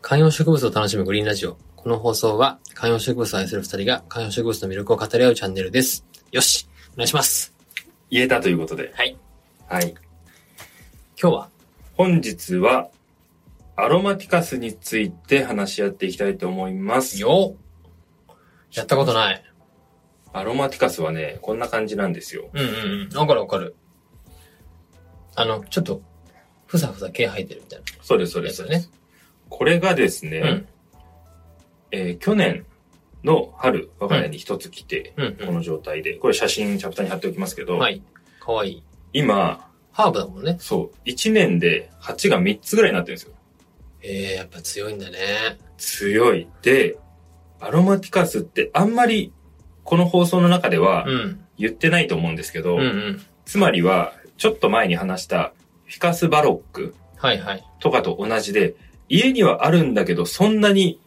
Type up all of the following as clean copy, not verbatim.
観葉植物を楽しむグリーンラジオ。この放送は観葉植物を愛する二人が観葉植物の魅力を語り合うチャンネルです。よし、お願いします。 言えたということで。 はい。 はい。 今日は本日はアロマティカスについて話し合っていきたいと思います。 よっ。やったことない。 アロマティカスはね、こんな感じなんですよ。 わかるわかる。ちょっと、ふさふさ毛生えてるみたいな。 そうです、そうです。ね。これがですね、去年の春、我が家に一つ来て、この状態で、これ写真チャプターに貼っておきますけど、 はい。かわいい。 今、 ハーブだもんね。 そう、1年で鉢が3つぐらいになってるんですよ。 やっぱ強いんだね。 強い。で、アロマティカスってあんまりこの放送の中では言ってないと思うんですけど、つまりはちょっと前に話したフィカスバロックとかと同じで、家にはあるんだけどそんなに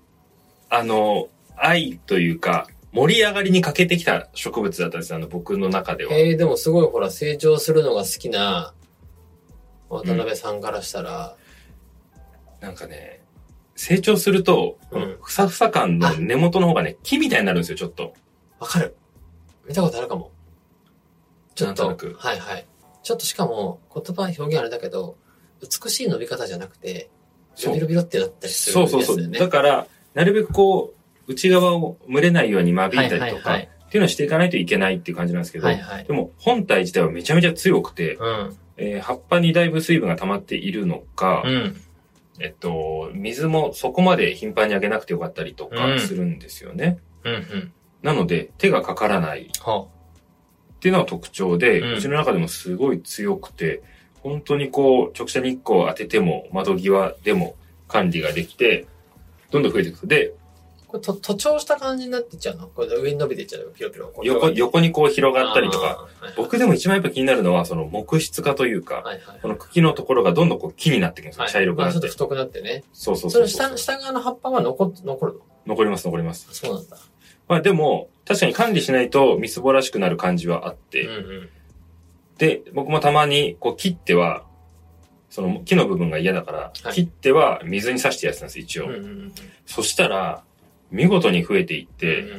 愛というか盛り上がりに欠けてきた植物だったんですよ、僕の中では。 でもすごいほら成長するのが好きな渡辺さんからしたら、 なんかね、成長すると、ふさふさ感の根元の方がね、木みたいになるんですよ、ちょっと。 わかる。見たことあるかも。ちょっと。 なんとなく。 はいはい。ちょっとしかも、言葉表現あれだけど、美しい伸び方じゃなくて、ビロビロってなったりするんですよね。 そう。だから、なるべくこう、内側を蒸れないように間引いたりとか、っていうのをしていかないといけないっていう感じなんですけど、でも本体自体はめちゃめちゃ強くて、葉っぱにだいぶ水分が溜まっているのか、水もそこまで頻繁にあげなくてよかったりとかするんですよね。なので、手がかからないっていうのが特徴で、うちの中でもすごい強くて、本当にこう、直射日光を当てても、窓際でも管理ができて、どんどん増えていく。で、 これ徒長した感じになっていっちゃうの？これ上に伸びていっちゃうの？ピロピロ。 横にこう広がったりとか。僕でも一番やっぱ気になるのは、その木質化というか、この茎のところがどんどんこう木になっていくんですよ。茶色くなって。 ちょっと太くなってね。 そう。それ下側の葉っぱは残るの？ 残ります。 そうなんだ。 まあでも、確かに管理しないとみすぼらしくなる感じはあって、で、僕もたまにこう切っては、その木の部分が嫌だから、切っては水に刺してやってたんです、一応。そしたら、見事に増えていって、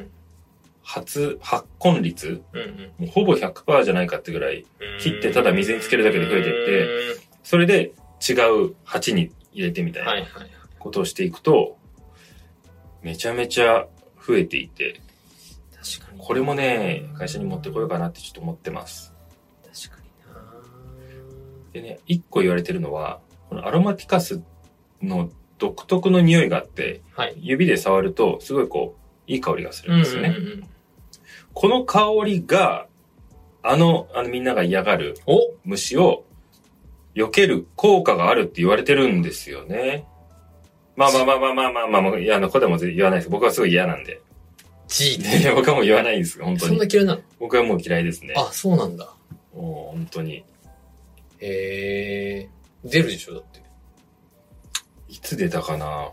発根率、もうほぼ 100% じゃないかってぐらい、切ってただ水につけるだけで増えていって、それで違う鉢に入れてみたいなことをしていくと、めちゃめちゃ増えていて、 確かにこれもね、会社に持ってこようかなってちょっと思ってます。 確かにな。 でね、一個言われてるのは、このアロマティカスの独特の匂いがあって、指で触るとすごいこう、いい香りがするんですよね。この香りが、みんなが嫌がる虫を避ける効果があるって言われてるんですよね。まあ、いや、子でも言わないです。僕はすごい嫌なんで。僕はもう言わないんですよ、本当に。 そんな嫌いなの？ 僕はもう嫌いですね。 あ、そうなんだ。 本当に。 出るでしょ、だって。 いつ出たかな？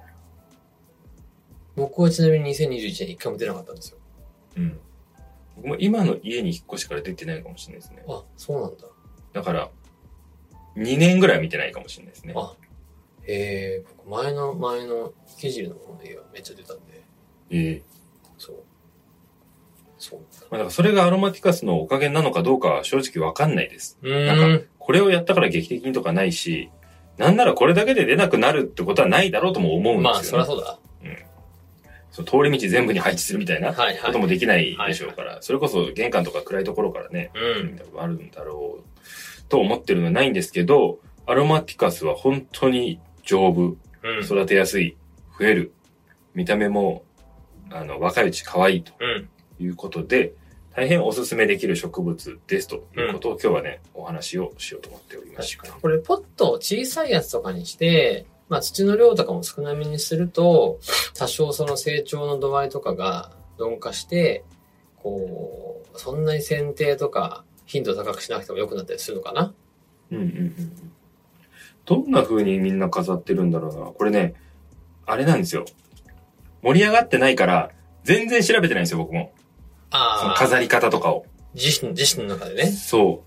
僕はちなみに2021年一回も出なかったんですよ。 僕も今の家に引っ越してから出てないかもしれないですね。 あ、そうなんだ。 だから、2年ぐらい見てないかもしれないですね。 僕前の池尻の方の家はめっちゃ出たんで。そう。 だからそれがアロマティカスのおかげなのかどうかは正直わかんないです。なんか、これをやったから劇的にとかないし、なんならこれだけで出なくなるってことはないだろうとも思うんですよね。 まあ、そりゃそうだ。 通り道全部に配置するみたいなこともできないでしょうから、それこそ玄関とか暗いところからね、あるんだろうと思ってるのはないんですけど、アロマティカスは本当に丈夫、育てやすい、増える、見た目も若いうち可愛いということで、大変おすすめできる植物ですということを今日はね、お話をしようと思っておりました。 これポットを小さいやつとかにして、まあ土の量とかも少なめにすると、多少その成長の度合いとかが鈍化して、こう、そんなに剪定とか頻度高くしなくても良くなったりするのかな？ どんな風にみんな飾ってるんだろうな。これね、あれなんですよ。盛り上がってないから、全然調べてないんですよ、僕も。その飾り方とかを。 自身の中でね。 そう。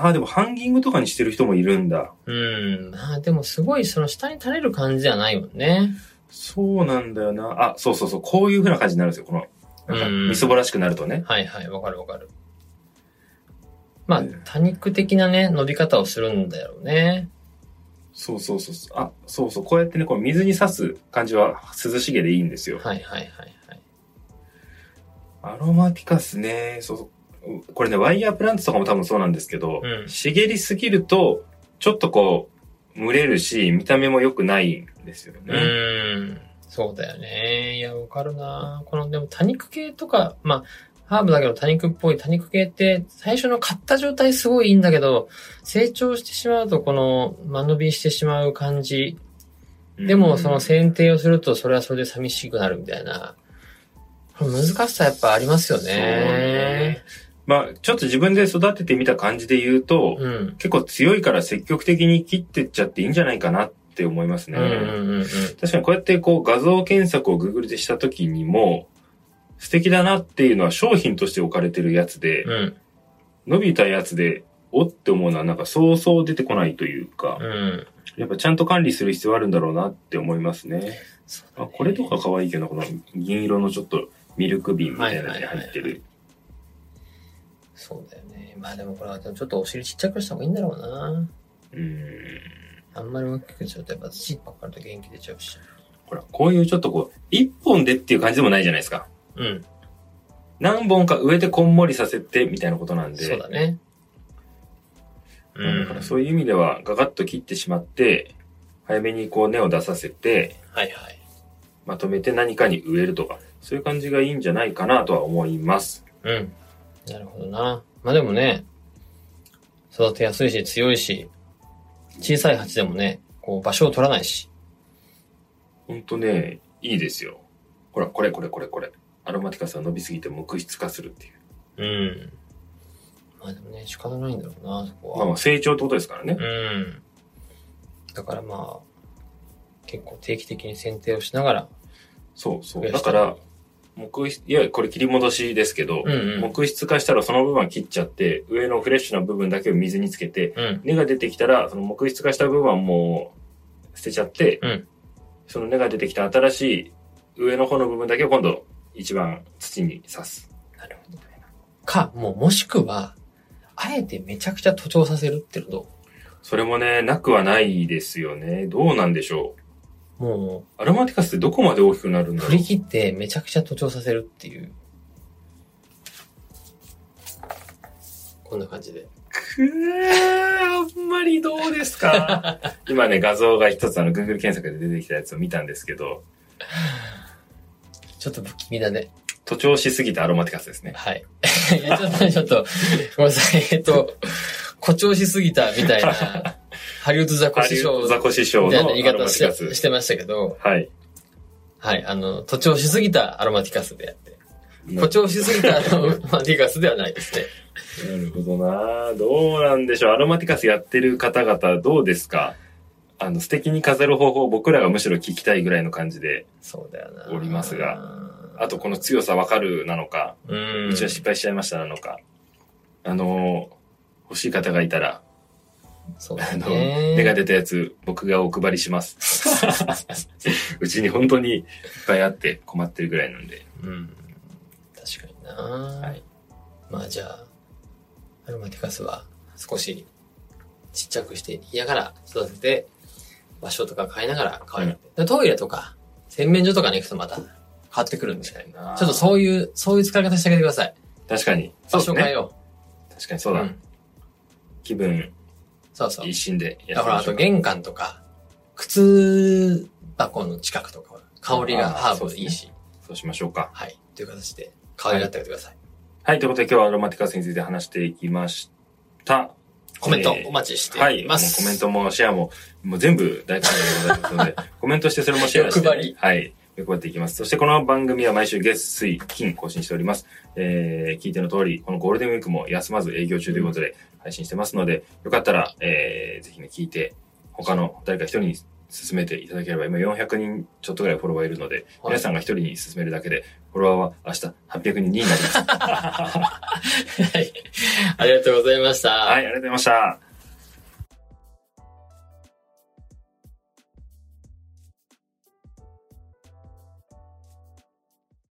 でもハンギングとかにしてる人もいるんだ。 でもすごいその下に垂れる感じじゃないもんね。 そうなんだよな。あ、そうそうそう。こういう風な感じになるんですよ。この、なんか、みそぼらしくなるとね。 はいはい、わかるわかる。まあ、多肉的なね、伸び方をするんだよね。 そうそうそう。あ、そうそう。こうやってね、こう水に刺す感じは涼しげでいいんですよ。 はいはいはいはい。 アロマティカスね、そうそう。これね、ワイヤープランツとかも多分そうなんですけど、茂りすぎると、ちょっとこう、蒸れるし、見た目も良くないんですよね。 そうだよね。いや、わかるな。この、でも多肉系とか、まあ、ハーブだけど多肉っぽい多肉系って、最初の買った状態すごいいいんだけど、成長してしまうとこの間延びしてしまう感じ。でもその剪定をするとそれはそれで寂しくなるみたいな。難しさやっぱありますよね。 まあ、ちょっと自分で育ててみた感じで言うと、結構強いから積極的に切ってっちゃっていいんじゃないかなって思いますね。確かにこうやってこう画像検索を Google でした時にも、素敵だなっていうのは商品として置かれてるやつで、伸びたやつで、おって思うのはなんかそうそう出てこないというか、やっぱちゃんと管理する必要あるんだろうなって思いますね。あ、これとか可愛いけど、この銀色のちょっとミルク瓶みたいなのに入ってる。 そうだよね。まあでもこれはちょっとお尻ちっちゃくした方がいいんだろうな。あんまり大きくするとやっぱ土ばっかりと元気出ちゃうし。 ほら、こういうちょっとこう、一本でっていう感じでもないじゃないですか。何本か植えてこんもりさせてみたいなことなんで。 そうだね。 だからそういう意味ではガガッと切ってしまって、早めにこう根を出させて、まとめて何かに植えるとか、そういう感じがいいんじゃないかなとは思います。 なるほどな。まあでもね、育てやすいし強いし、小さい鉢でもね、こう場所を取らないし。 ほんとね、いいですよ。ほら、これ。アロマティカスは伸びすぎて木質化するっていう。 まあでもね、仕方ないんだろうな、そこは。 まあ成長ってことですからね。 だからまあ、結構定期的に剪定をしながら。 そう。だから、いや、これ切り戻しですけど、木質化したらその部分は切っちゃって、上のフレッシュな部分だけを水につけて、根が出てきたら、その木質化した部分はもう捨てちゃって、その根が出てきた新しい上の方の部分だけを今度一番土に刺す。 なるほど。か、もしくは、あえてめちゃくちゃ徒長させるっていうのどう？ それもね、なくはないですよね。どうなんでしょう。 もう、 アロマティカスってどこまで大きくなるんだろう。 振り切ってめちゃくちゃ徒長させるっていう。こんな感じで。 あんまりどうですか今ね、画像が一つGoogle 検索で出てきたやつを見たんですけど。 ちょっと不気味だね。 徒長しすぎたアロマティカスですね。 はい。ちょっと、ごめんなさい。誇張しすぎたみたいな、ハリウッドザコシショウ。 ザコシショウのみたいな言い方してましたけど。 はい。 はい。徒長しすぎたアロマティカスであって。誇張しすぎたアロマティカスではないですね。 なるほどな。どうなんでしょう。アロマティカスやってる方々どうですか？素敵に飾る方法を僕らがむしろ聞きたいぐらいの感じで。 そうだよな。 おりますが。あとこの強さわかるなのか。うちは失敗しちゃいましたなのか。欲しい方がいたら。 そうだね。 根が出たやつ僕がお配りします。うちに本当にいっぱいあって困ってるぐらいなんで。 確かにな。はい。まあじゃあ、アロマティカスは少しちっちゃくしていながら育てて、場所とか変えながら可愛がって。トイレとか洗面所とかに行くとまた変わってくるんで、ちょっとそういう使い方してあげてください。 確かに。 場所変えよう。確かにそうだ。気分。 そう。 一心でやってみましょう。だからあと玄関とか、靴箱の近くとか、香りがハーブでいいし。 そうしましょうか。 はい。という形で可愛がってあげてください。 はい。ということで今日はアロマティカスについて話していきました。 コメントお待ちしています。はい。 もうコメントもシェアも、もう全部大歓迎でございますので、コメントしてそれもシェアして、はい。よくやっていきます。そしてこの番組は毎週月、水、金更新しております。聞いての通り、このゴールデンウィークも休まず営業中ということで配信してますので、よかったら、ぜひね、聞いて、他の誰か一人に進めていただければ、今400人ちょっとぐらいフォロワーいるので、皆さんが一人に進めるだけで、フォロワーは明日800人になります。 はい。ありがとうございました。 はい、ありがとうございました。